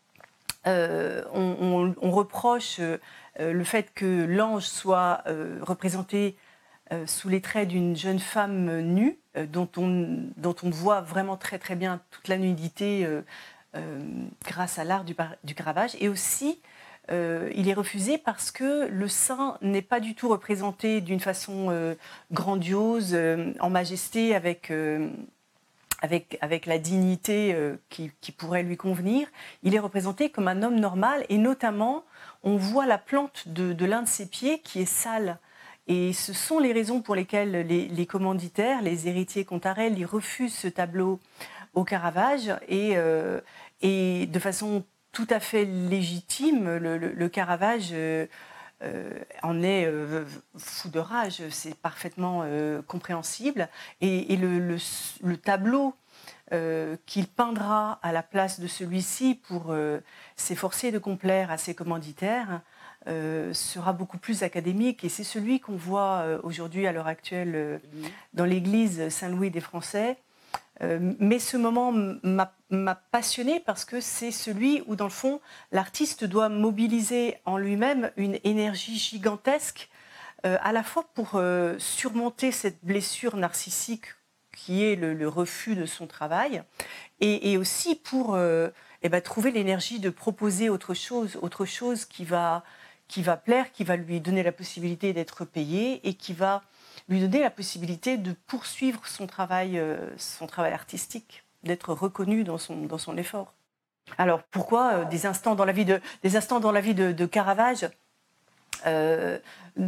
euh, on, on, on reproche euh, le fait que l'ange soit euh, représenté euh, sous les traits d'une jeune femme nue, euh, dont, on, dont on voit vraiment très très bien toute la nudité euh, euh, grâce à l'art du, du Caravage. Et aussi, Euh, il est refusé parce que le saint n'est pas du tout représenté d'une façon euh, grandiose, euh, en majesté, avec, euh, avec, avec la dignité euh, qui, qui pourrait lui convenir. Il est représenté comme un homme normal et notamment, on voit la plante de, de l'un de ses pieds qui est sale. Et ce sont les raisons pour lesquelles les, les commanditaires, les héritiers Contarelli, refusent ce tableau au Caravage et, euh, et de façon tout à fait légitime. Le, le, le Caravage euh, euh, en est euh, fou de rage, c'est parfaitement euh, compréhensible. Et, et le, le, le tableau euh, qu'il peindra à la place de celui-ci pour euh, s'efforcer de complaire à ses commanditaires euh, sera beaucoup plus académique. Et c'est celui qu'on voit euh, aujourd'hui, à l'heure actuelle, euh, dans l'église Saint-Louis des Français. Euh, mais ce moment m'a, m'a passionné parce que c'est celui où, dans le fond, l'artiste doit mobiliser en lui-même une énergie gigantesque, euh, à la fois pour euh, surmonter cette blessure narcissique qui est le, le refus de son travail, et, et aussi pour euh, eh ben, trouver l'énergie de proposer autre chose, autre chose qui va, qui va plaire, qui va lui donner la possibilité d'être payé et qui va lui donner la possibilité de poursuivre son travail, euh, son travail artistique, d'être reconnu dans son, dans son effort. Alors pourquoi euh, des instants dans la vie de, des instants dans la vie de, de Caravage, euh,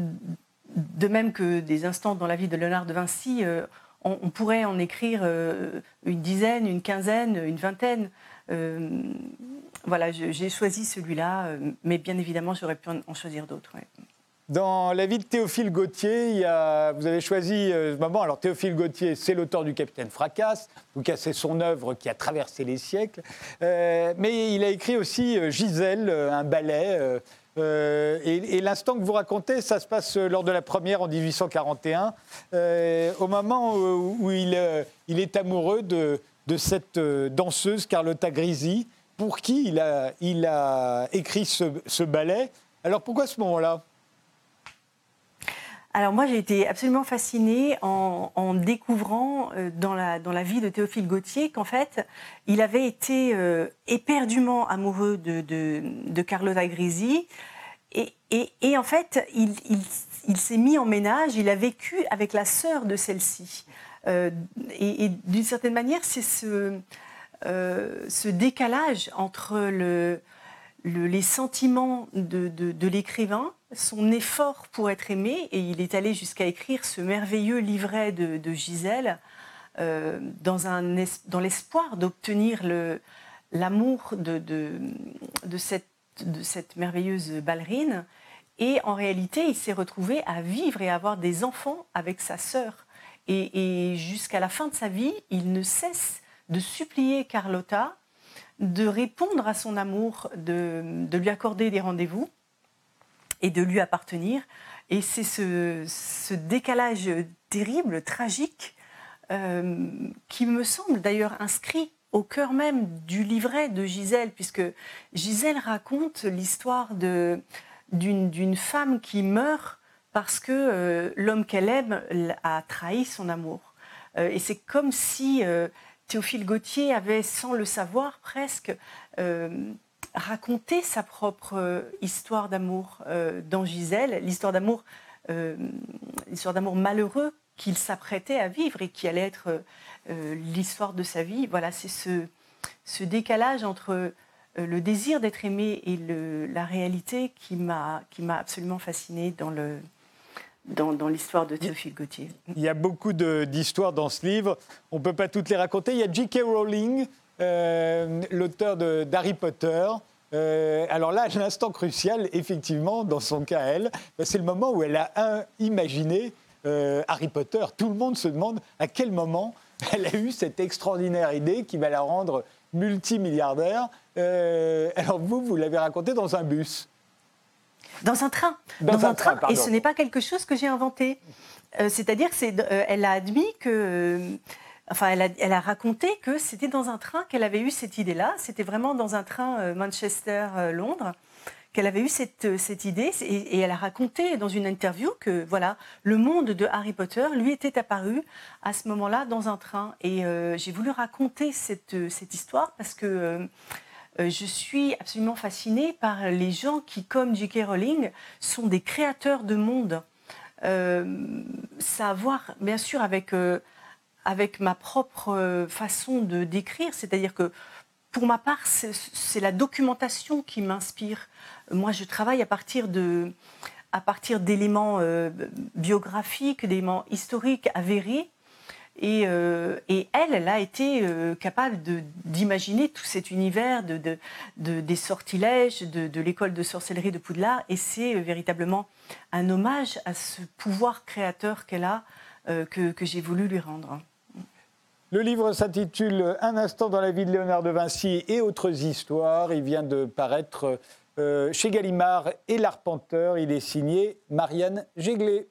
de même que des instants dans la vie de Léonard de Vinci, euh, on, on pourrait en écrire euh, une dizaine, une quinzaine, une vingtaine. Euh, voilà, je, j'ai choisi celui-là, euh, mais bien évidemment, j'aurais pu en, en choisir d'autres. Ouais. Dans la vie de Théophile Gautier, il y a, vous avez choisi euh, ce moment. Alors Théophile Gautier, c'est l'auteur du Capitaine Fracasse, donc c'est son œuvre qui a traversé les siècles. Euh, mais il a écrit aussi euh, Gisèle, euh, un ballet. Euh, euh, et, et l'instant que vous racontez, ça se passe lors de la première en dix-huit cent quarante et un, euh, au moment où, où il, euh, il est amoureux de, de cette euh, danseuse Carlotta Grisi, pour qui il a, il a écrit ce, ce ballet. Alors pourquoi ce moment-là ? Alors moi, j'ai été absolument fascinée en, en découvrant euh, dans, la, dans la vie de Théophile Gautier qu'en fait, il avait été euh, éperdument amoureux de, de, de Carlotta Grisi. Et, et, et en fait, il, il, il s'est mis en ménage, il a vécu avec la sœur de celle-ci. Euh, et, et d'une certaine manière, c'est ce, euh, ce décalage entre le, le, les sentiments de, de, de l'écrivain, son effort pour être aimé, et il est allé jusqu'à écrire ce merveilleux livret de, de Gisèle euh, dans, un es, dans l'espoir d'obtenir le, l'amour de, de, de, cette, de cette merveilleuse ballerine. Et en réalité, il s'est retrouvé à vivre et à avoir des enfants avec sa sœur. Et, et jusqu'à la fin de sa vie, il ne cesse de supplier Carlotta de répondre à son amour, de, de lui accorder des rendez-vous et de lui appartenir. Et c'est ce, ce décalage terrible, tragique, euh, qui me semble d'ailleurs inscrit au cœur même du livret de Gisèle, puisque Gisèle raconte l'histoire de, d'une, d'une femme qui meurt parce que euh, l'homme qu'elle aime a trahi son amour. Euh, et c'est comme si euh, Théophile Gautier avait, sans le savoir presque, euh, raconté sa propre euh, histoire d'amour euh, dans Gisèle, l'histoire d'amour, euh, l'histoire d'amour malheureux qu'il s'apprêtait à vivre et qui allait être euh, l'histoire de sa vie. Voilà, c'est ce, ce décalage entre euh, le désir d'être aimé et le, la réalité qui m'a, qui m'a absolument fascinée dans, le, dans, dans l'histoire de Théophile Gautier. Il y a beaucoup de, d'histoires dans ce livre. On ne peut pas toutes les raconter. Il y a J K. Rowling, euh, l'auteur de, d'Harry Potter. Euh, alors là, l'instant crucial, effectivement, dans son cas, elle, c'est le moment où elle a un, imaginé euh, Harry Potter. Tout le monde se demande à quel moment elle a eu cette extraordinaire idée qui va la rendre multimilliardaire. Euh, alors vous, vous l'avez raconté dans un bus. Dans un train. Dans, dans un, un train, train et ce n'est pas quelque chose que j'ai inventé. Euh, c'est-à-dire qu'elle euh, a admis que... Euh, Enfin, elle a, elle a raconté que c'était dans un train qu'elle avait eu cette idée-là. C'était vraiment dans un train euh, Manchester-Londres qu'elle avait eu cette, euh, cette idée. Et, et elle a raconté dans une interview que voilà, le monde de Harry Potter lui était apparu à ce moment-là dans un train. Et euh, j'ai voulu raconter cette, cette histoire parce que euh, je suis absolument fascinée par les gens qui, comme J K. Rowling, sont des créateurs de monde. Euh, ça a à voir, bien sûr, avec... Euh, avec ma propre façon de décrire, c'est-à-dire que pour ma part, c'est, c'est la documentation qui m'inspire. Moi, je travaille à partir, de, à partir d'éléments euh, biographiques, d'éléments historiques avérés, et, euh, et elle, elle a été euh, capable de, d'imaginer tout cet univers de, de, de, des sortilèges, de, de l'école de sorcellerie de Poudlard, et c'est euh, véritablement un hommage à ce pouvoir créateur qu'elle a, euh, que, que j'ai voulu lui rendre. Le livre s'intitule « Un instant dans la vie de Léonard de Vinci et autres histoires ». Il vient de paraître euh, chez Gallimard et l'Arpenteur. Il est signé Marianne Jéglet.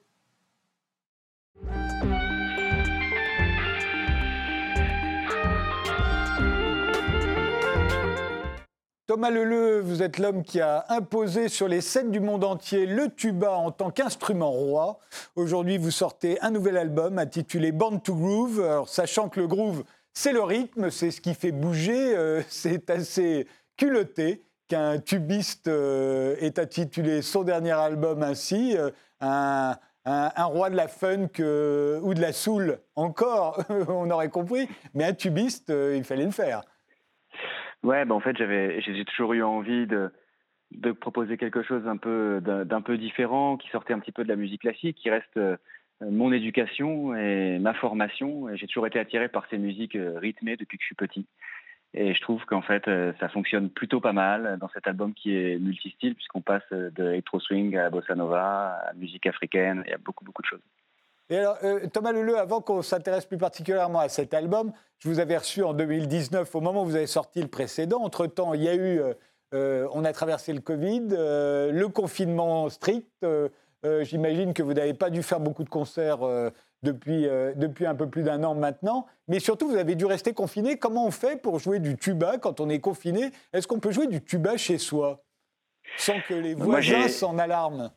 Thomas Leleu, vous êtes l'homme qui a imposé sur les scènes du monde entier le tuba en tant qu'instrument roi. Aujourd'hui, vous sortez un nouvel album intitulé Born to Groove. Alors, sachant que le groove, c'est le rythme, c'est ce qui fait bouger, euh, c'est assez culotté qu'un tubiste euh, ait intitulé son dernier album ainsi, euh, un, un, un roi de la funk euh, ou de la soul, encore, on aurait compris, mais un tubiste, euh, il fallait le faire. Ouais, bah en fait, j'avais, j'ai toujours eu envie de, de proposer quelque chose un peu, d'un, d'un peu différent, qui sortait un petit peu de la musique classique, qui reste euh, mon éducation et ma formation. Et j'ai toujours été attiré par ces musiques euh, rythmées depuis que je suis petit. Et je trouve qu'en fait, euh, ça fonctionne plutôt pas mal dans cet album qui est multistyle, puisqu'on passe de electro swing à bossa nova, à musique africaine, et à beaucoup, beaucoup de choses. Et alors, euh, Thomas Leleu, avant qu'on s'intéresse plus particulièrement à cet album, je vous avais reçu en deux mille dix-neuf, au moment où vous avez sorti le précédent. Entre-temps, il y a eu, euh, on a traversé le Covid, euh, le confinement strict. Euh, euh, j'imagine que vous n'avez pas dû faire beaucoup de concerts euh, depuis, euh, depuis un peu plus d'un an maintenant. Mais surtout, vous avez dû rester confiné. Comment on fait pour jouer du tuba quand on est confiné? Est-ce qu'on peut jouer du tuba chez soi, sans que les voisins s'en alarment?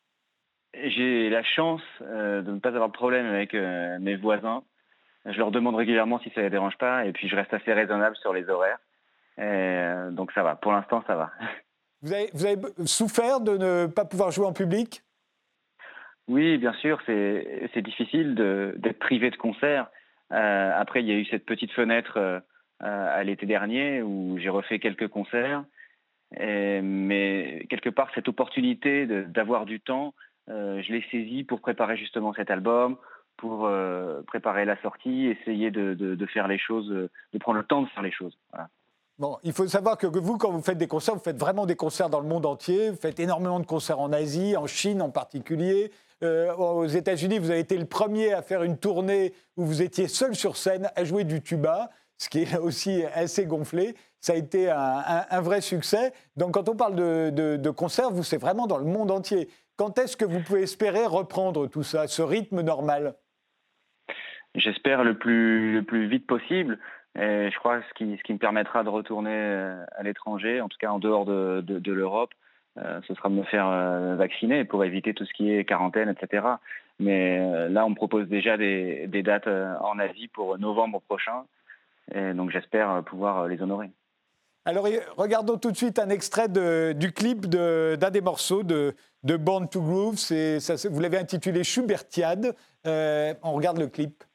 J'ai la chance euh, de ne pas avoir de problème avec euh, mes voisins. Je leur demande régulièrement si ça ne les dérange pas, et puis je reste assez raisonnable sur les horaires. Et, euh, donc ça va, pour l'instant ça va. Vous avez, vous avez souffert de ne pas pouvoir jouer en public? Oui, bien sûr, c'est, c'est difficile de, d'être privé de concert. Euh, après, il y a eu cette petite fenêtre euh, à l'été dernier où j'ai refait quelques concerts. Et, mais quelque part, cette opportunité de, d'avoir du temps, Euh, je l'ai saisi pour préparer justement cet album, pour euh, préparer la sortie, essayer de, de, de faire les choses, de prendre le temps de faire les choses. Voilà. Bon, il faut savoir que vous, quand vous faites des concerts, vous faites vraiment des concerts dans le monde entier. Vous faites énormément de concerts en Asie, en Chine en particulier. Euh, aux États-Unis, vous avez été le premier à faire une tournée où vous étiez seul sur scène à jouer du tuba, ce qui est aussi assez gonflé. Ça a été un, un, un vrai succès. Donc, quand on parle de, de, de concerts, vous, c'est vraiment dans le monde entier. Quand est-ce que vous pouvez espérer reprendre tout ça, ce rythme normal? J'espère le plus, le plus vite possible. Et je crois que ce qui, ce qui me permettra de retourner à l'étranger, en tout cas en dehors de, de, de l'Europe, euh, ce sera de me faire euh, vacciner pour éviter tout ce qui est quarantaine, et cetera. Mais euh, là, on me propose déjà des, des dates euh, en Asie pour novembre prochain. Et donc j'espère pouvoir les honorer. Alors, regardons tout de suite un extrait de, du clip de, d'un des morceaux de, de Born to Groove. C'est, ça, vous l'avez intitulé Schubertiade. Euh, on regarde le clip.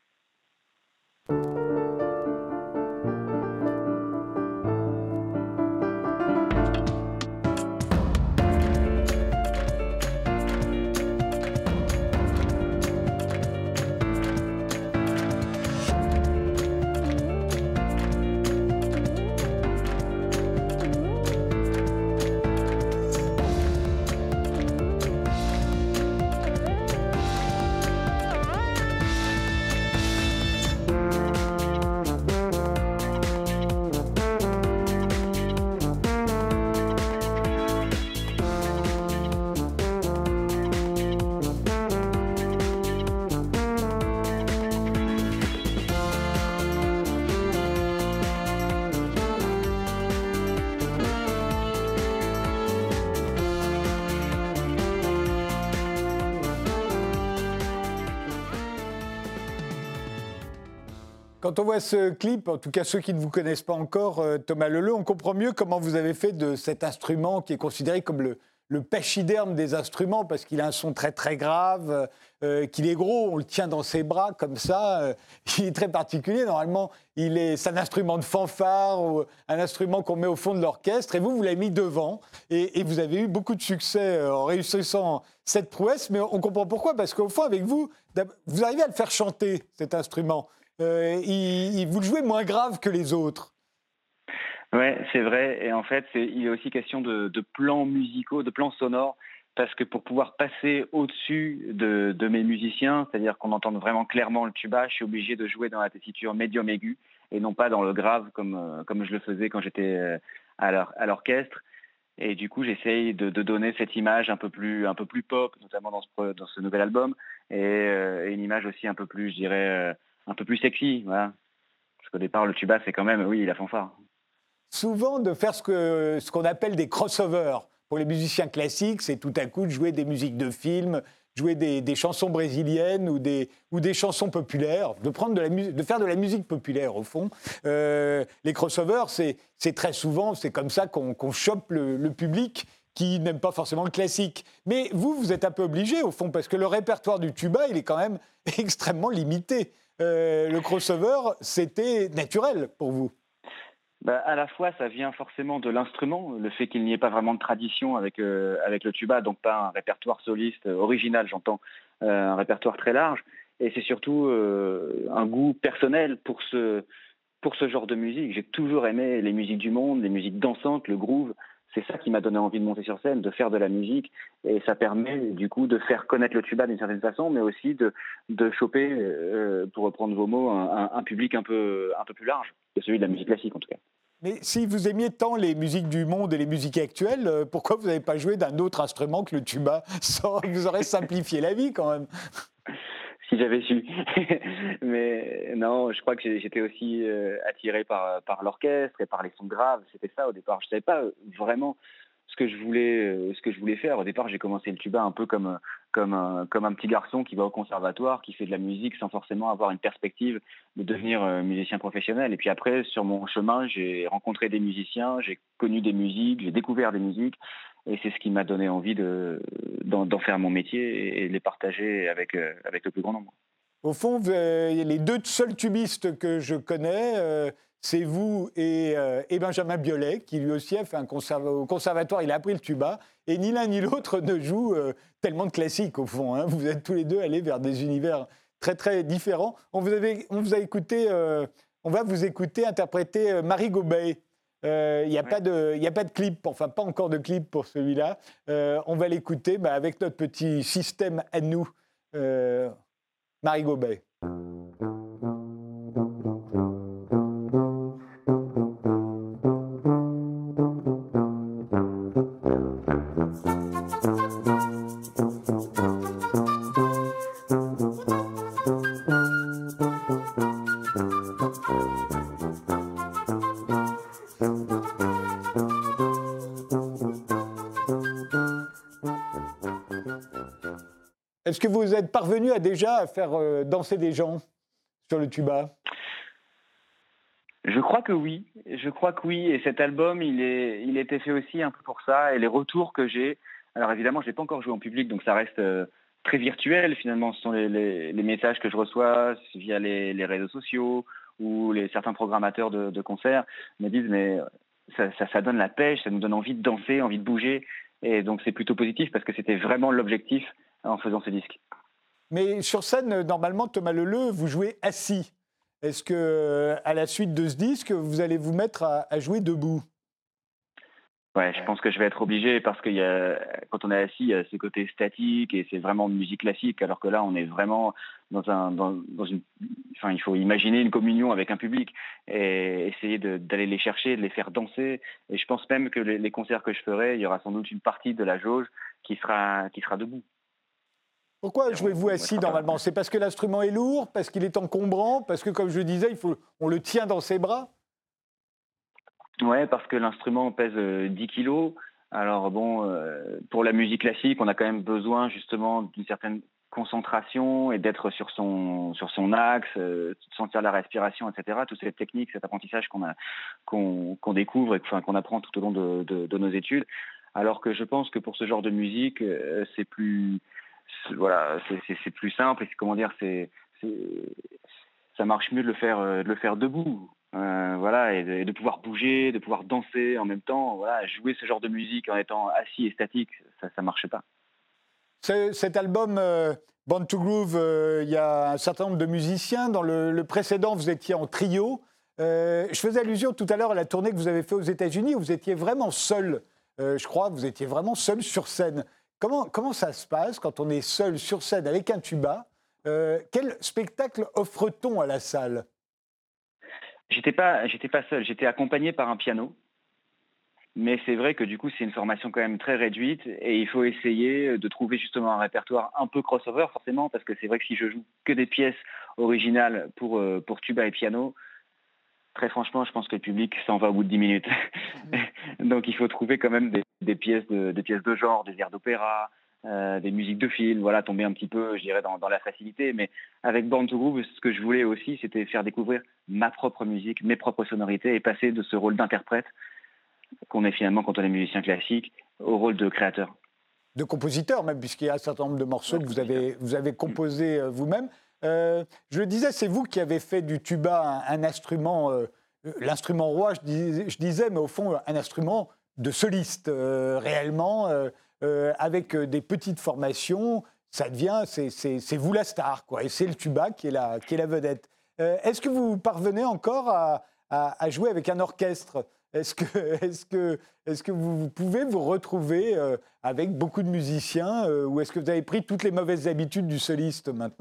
Quand on voit ce clip, en tout cas ceux qui ne vous connaissent pas encore, euh, Thomas Leleu, on comprend mieux comment vous avez fait de cet instrument qui est considéré comme le, le pachyderme des instruments, parce qu'il a un son très très grave, euh, qu'il est gros, on le tient dans ses bras comme ça, euh, il est très particulier. Normalement, il est, c'est un instrument de fanfare, ou un instrument qu'on met au fond de l'orchestre, et vous, vous l'avez mis devant, et, et vous avez eu beaucoup de succès euh, en réussissant cette prouesse, mais on comprend pourquoi, parce qu'au fond, avec vous, vous arrivez à le faire chanter, cet instrument. Euh, il, il, vous le jouez moins grave que les autres. Ouais, c'est vrai. Et en fait, c'est, il est aussi question de, de plans musicaux, de plans sonores, parce que pour pouvoir passer au-dessus de, de mes musiciens, c'est-à-dire qu'on entende vraiment clairement le tuba, je suis obligé de jouer dans la tessiture médium aiguë et non pas dans le grave comme, comme je le faisais quand j'étais à, l'or- à l'orchestre. Et du coup, j'essaye de, de donner cette image un peu plus, un peu plus pop, notamment dans ce, dans ce nouvel album, et, euh, et une image aussi un peu plus, je dirais, un peu plus sexy, voilà. Parce qu'au départ, le tuba, c'est quand même, oui, la fanfare. Souvent, de faire ce, que, ce qu'on appelle des crossovers. Pour les musiciens classiques, c'est tout à coup de jouer des musiques de films, jouer des, des chansons brésiliennes ou des, ou des chansons populaires, de, prendre de, la mu- de faire de la musique populaire, au fond. Euh, les crossovers, c'est, c'est très souvent, c'est comme ça qu'on, qu'on chope le, le public qui n'aime pas forcément le classique. Mais vous, vous êtes un peu obligé, au fond, parce que le répertoire du tuba, il est quand même extrêmement limité. Euh, le crossover, c'était naturel pour vous. Bah, à la fois, ça vient forcément de l'instrument, le fait qu'il n'y ait pas vraiment de tradition avec, euh, avec le tuba, donc pas un répertoire soliste euh, original, j'entends, euh, un répertoire très large. Et c'est surtout euh, un goût personnel pour ce, pour ce genre de musique. J'ai toujours aimé les musiques du monde, les musiques dansantes, le groove. C'est ça qui m'a donné envie de monter sur scène, de faire de la musique. Et ça permet du coup de faire connaître le tuba d'une certaine façon, mais aussi de, de choper, euh, pour reprendre vos mots, un, un public un peu, un peu plus large que celui de la musique classique en tout cas. Mais si vous aimiez tant les musiques du monde et les musiques actuelles, euh, pourquoi vous n'avez pas joué d'un autre instrument que le tuba ? Ça vous aurait simplifié la vie quand même. Si j'avais su. Mais non, je crois que j'étais aussi euh, attiré par, par l'orchestre et par les sons graves. C'était ça au départ. Je ne savais pas vraiment ce que je voulais, ce que je voulais faire. Au départ, j'ai commencé le tuba un peu comme, comme, un, comme un petit garçon qui va au conservatoire, qui fait de la musique sans forcément avoir une perspective de devenir musicien professionnel. Et puis après, sur mon chemin, j'ai rencontré des musiciens, j'ai connu des musiques, j'ai découvert des musiques. Et c'est ce qui m'a donné envie de, d'en, d'en faire mon métier et de les partager avec, euh, avec le plus grand nombre. Au fond, euh, les deux seuls tubistes que je connais, euh, c'est vous et, euh, et Benjamin Biolay, qui lui aussi a fait un conserva- au conservatoire, il a appris le tuba, et ni l'un ni l'autre ne joue euh, tellement de classiques, au fond. Hein. Vous êtes tous les deux allés vers des univers très, très différents. On vous, avait, on vous a écouté, euh, on va vous écouter interpréter euh, Marie Gobet. Il euh, n'y a, ouais. a pas de clip, enfin pas encore de clip pour celui-là. Euh, on va l'écouter bah, avec notre petit système à nous, euh, Marie Gobet. Est-ce que vous êtes parvenu à déjà faire euh, danser des gens sur le tuba ? Je crois que oui, je crois que oui. Et cet album, il est, il était fait aussi un peu pour ça. Et les retours que j'ai, alors évidemment, je l'ai pas encore joué en public, donc ça reste euh, très virtuel finalement. Ce sont les, les, les messages que je reçois via les, les réseaux sociaux ou les certains programmateurs de, de concerts me disent mais ça, ça, ça donne la pêche, ça nous donne envie de danser, envie de bouger. Et donc c'est plutôt positif parce que c'était vraiment l'objectif en faisant ce disque. Mais sur scène, normalement, Thomas Leleu, vous jouez assis. Est-ce que, à la suite de ce disque, vous allez vous mettre à, à jouer debout ? Ouais, je pense que je vais être obligé parce que y a, quand on est assis, il y a ce côté statique et c'est vraiment de musique classique, alors que là, on est vraiment dans un, dans, dans une, enfin, il faut imaginer une communion avec un public et essayer de, d'aller les chercher, de les faire danser. Et je pense même que les, les concerts que je ferai, il y aura sans doute une partie de la jauge qui sera, qui sera debout. Pourquoi jouez-vous assis normalement ? C'est parce que l'instrument est lourd, parce qu'il est encombrant, parce que, comme je le disais, il faut, on le tient dans ses bras ? Ouais, parce que l'instrument pèse dix kilos. Alors bon, euh, pour la musique classique, on a quand même besoin justement d'une certaine concentration et d'être sur son sur son axe, euh, de sentir la respiration, et cetera. Toutes ces techniques, cet apprentissage qu'on a qu'on, qu'on découvre et enfin, qu'on apprend tout au long de, de, de nos études. Alors que je pense que pour ce genre de musique, euh, c'est plus c'est, voilà, c'est, c'est, c'est plus simple et c'est, comment dire, c'est, c'est ça marche mieux de le faire de le faire debout. Euh, voilà, et de, et de pouvoir bouger, de pouvoir danser en même temps. Voilà, jouer ce genre de musique en étant assis et statique, ça ne marche pas. C'est, cet album euh, Born to Groove, il euh, y a un certain nombre de musiciens. Dans le, le précédent, vous étiez en trio. Euh, je faisais allusion tout à l'heure à la tournée que vous avez faite aux États-Unis, où vous étiez vraiment seul. Euh, je crois que vous étiez vraiment seul sur scène. Comment, comment ça se passe quand on est seul sur scène avec un tuba ? euh, Quel spectacle offre-t-on à la salle ? J'étais pas, j'étais pas seul, j'étais accompagné par un piano. Mais c'est vrai que du coup, c'est une formation quand même très réduite et il faut essayer de trouver justement un répertoire un peu crossover, forcément, parce que c'est vrai que si je joue que des pièces originales pour, pour tuba et piano, très franchement, je pense que le public s'en va au bout de dix minutes. Mmh. Donc il faut trouver quand même des, des, pièces de, des pièces de genre, des airs d'opéra, Euh, des musiques de film, voilà, tomber un petit peu, je dirais, dans, dans la facilité. Mais avec Born to Groove, ce que je voulais aussi, c'était faire découvrir ma propre musique, mes propres sonorités et passer de ce rôle d'interprète qu'on est finalement quand on est musicien classique au rôle de créateur. De compositeur même, puisqu'il y a un certain nombre de morceaux que vous avez, vous avez composés euh, vous-même. Euh, je le disais, c'est vous qui avez fait du tuba un, un instrument, euh, l'instrument roi, je, dis, je disais, mais au fond, un instrument de soliste, euh, réellement. Euh, Euh, avec des petites formations, ça devient, c'est, c'est, c'est vous la star, quoi. Et c'est le tuba qui est la, qui est la vedette. Euh, est-ce que vous parvenez encore à, à, à jouer avec un orchestre ? Est-ce que, est-ce que, est-ce que vous pouvez vous retrouver euh, avec beaucoup de musiciens euh, ou est-ce que vous avez pris toutes les mauvaises habitudes du soliste maintenant ?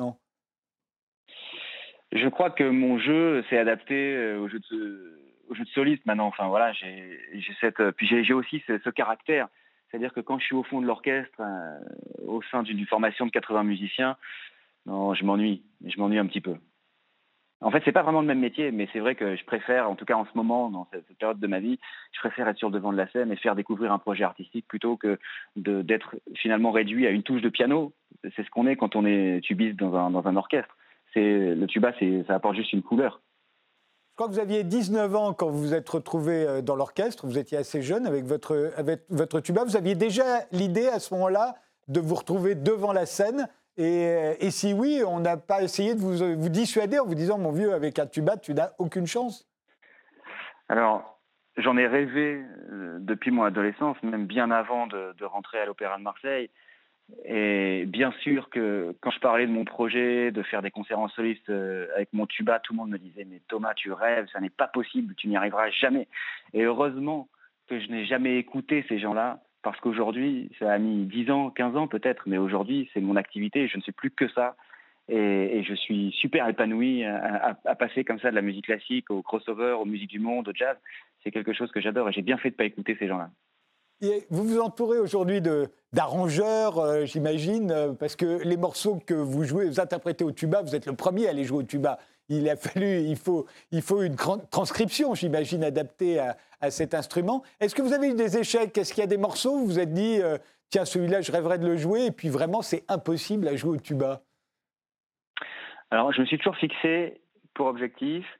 Je crois que mon jeu s'est adapté au jeu de, au jeu de soliste maintenant. Enfin voilà, j'ai, j'ai cette, puis j'ai, j'ai aussi ce, ce caractère. C'est-à-dire que quand je suis au fond de l'orchestre, euh, au sein d'une formation de quatre-vingts musiciens, non, je m'ennuie. Je m'ennuie un petit peu. En fait, c'est pas vraiment le même métier, mais c'est vrai que je préfère, en tout cas en ce moment, dans cette, cette période de ma vie, je préfère être sur le devant de la scène et faire découvrir un projet artistique plutôt que de, d'être finalement réduit à une touche de piano. C'est ce qu'on est quand on est tubiste dans un, dans un orchestre. C'est, le tuba, c'est, ça apporte juste une couleur. Je crois que vous aviez dix-neuf ans quand vous vous êtes retrouvé dans l'orchestre. Vous étiez assez jeune avec votre, avec votre tuba. Vous aviez déjà l'idée à ce moment-là de vous retrouver devant la scène. Et, et si oui, on n'a pas essayé de vous, vous dissuader en vous disant « Mon vieux, avec un tuba, tu n'as aucune chance ». Alors, j'en ai rêvé depuis mon adolescence, même bien avant de, de rentrer à l'Opéra de Marseille. Et bien sûr que quand je parlais de mon projet, de faire des concerts en soliste avec mon tuba, tout le monde me disait « Mais Thomas, tu rêves, ça n'est pas possible, tu n'y arriveras jamais ». Et heureusement que je n'ai jamais écouté ces gens-là, parce qu'aujourd'hui, ça a mis dix ans, quinze ans peut-être, mais aujourd'hui, c'est mon activité, je ne fais plus que ça. Et, et je suis super épanoui à, à, à passer comme ça de la musique classique au crossover, aux musiques du monde, au jazz. C'est quelque chose que j'adore et j'ai bien fait de ne pas écouter ces gens-là. Et vous vous entourez aujourd'hui de, d'arrangeurs, euh, j'imagine, euh, parce que les morceaux que vous jouez, vous interprétez au tuba, vous êtes le premier à aller jouer au tuba. Il a fallu, il faut, il faut une grande transcription, j'imagine, adaptée à, à cet instrument. Est-ce que vous avez eu des échecs ? Est-ce qu'il y a des morceaux où vous vous êtes dit, euh, tiens, celui-là, je rêverais de le jouer, et puis vraiment, c'est impossible à jouer au tuba ? Alors, je me suis toujours fixé pour objectif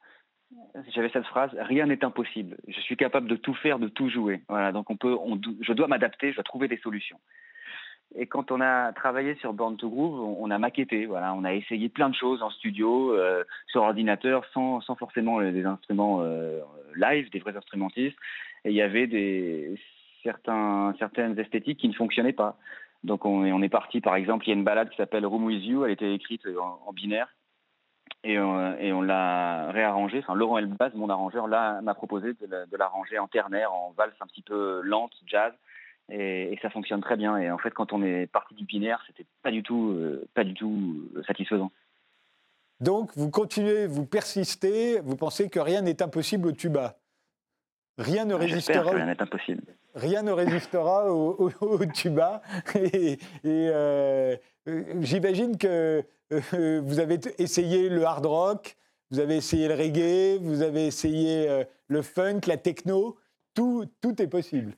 j'avais cette phrase, rien n'est impossible. Je suis capable de tout faire, de tout jouer. Voilà, donc on peut, on, je dois m'adapter, je dois trouver des solutions. Et quand on a travaillé sur Born to Groove, on, on a maquetté, voilà, on a essayé plein de choses en studio, euh, sur ordinateur, sans, sans forcément des instruments euh, live, des vrais instrumentistes. Et il y avait des, certains, certaines esthétiques qui ne fonctionnaient pas. Donc on, on est parti, par exemple, il y a une balade qui s'appelle Room With You, elle était écrite en, en binaire. Et on, et on l'a réarrangée. Enfin, Laurent Elbaz, mon arrangeur, là, m'a proposé de, la, de l'arranger en ternaire, en valse un petit peu lente, jazz. Et, et ça fonctionne très bien. Et en fait, quand on est parti du binaire, c'était pas du tout, euh, pas du tout satisfaisant. Donc, vous continuez, vous persistez, vous pensez que rien n'est impossible au tuba. Rien ne résistera. J'espère que rien n'est impossible. Rien ne résistera au, au, au tuba. Et, et euh, j'imagine que euh, vous avez essayé le hard rock, vous avez essayé le reggae, vous avez essayé euh, le funk, la techno. Tout, tout est possible.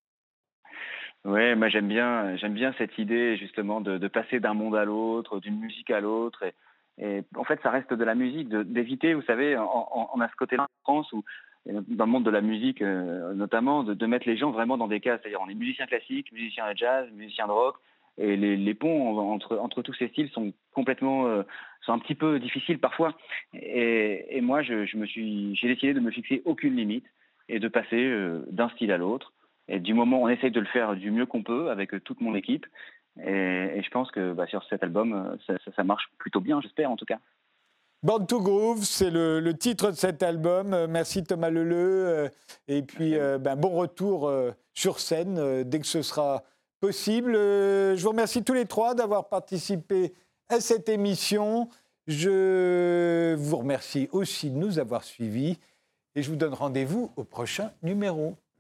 Ouais, moi j'aime bien, j'aime bien cette idée justement de, de passer d'un monde à l'autre, d'une musique à l'autre. Et, et en fait, ça reste de la musique, de, d'éviter, vous savez, on, on a ce côté-là en France où, dans le monde de la musique euh, notamment, de, de mettre les gens vraiment dans des cases. C'est-à-dire, on est musicien classique, musicien de jazz, musicien de rock, et les, les ponts entre, entre tous ces styles sont complètement, euh, sont un petit peu difficiles parfois. Et, et moi, je, je me suis, j'ai décidé de me fixer aucune limite et de passer euh, d'un style à l'autre. Et du moment, on essaye de le faire du mieux qu'on peut avec toute mon équipe. Et, et je pense que bah, sur cet album, ça, ça, ça marche plutôt bien, j'espère en tout cas. Born to Groove, c'est le, le titre de cet album. Merci Thomas Leleu. Et puis, euh, ben, bon retour euh, sur scène euh, dès que ce sera possible. Euh, je vous remercie tous les trois d'avoir participé à cette émission. Je vous remercie aussi de nous avoir suivis. Et je vous donne rendez-vous au prochain numéro.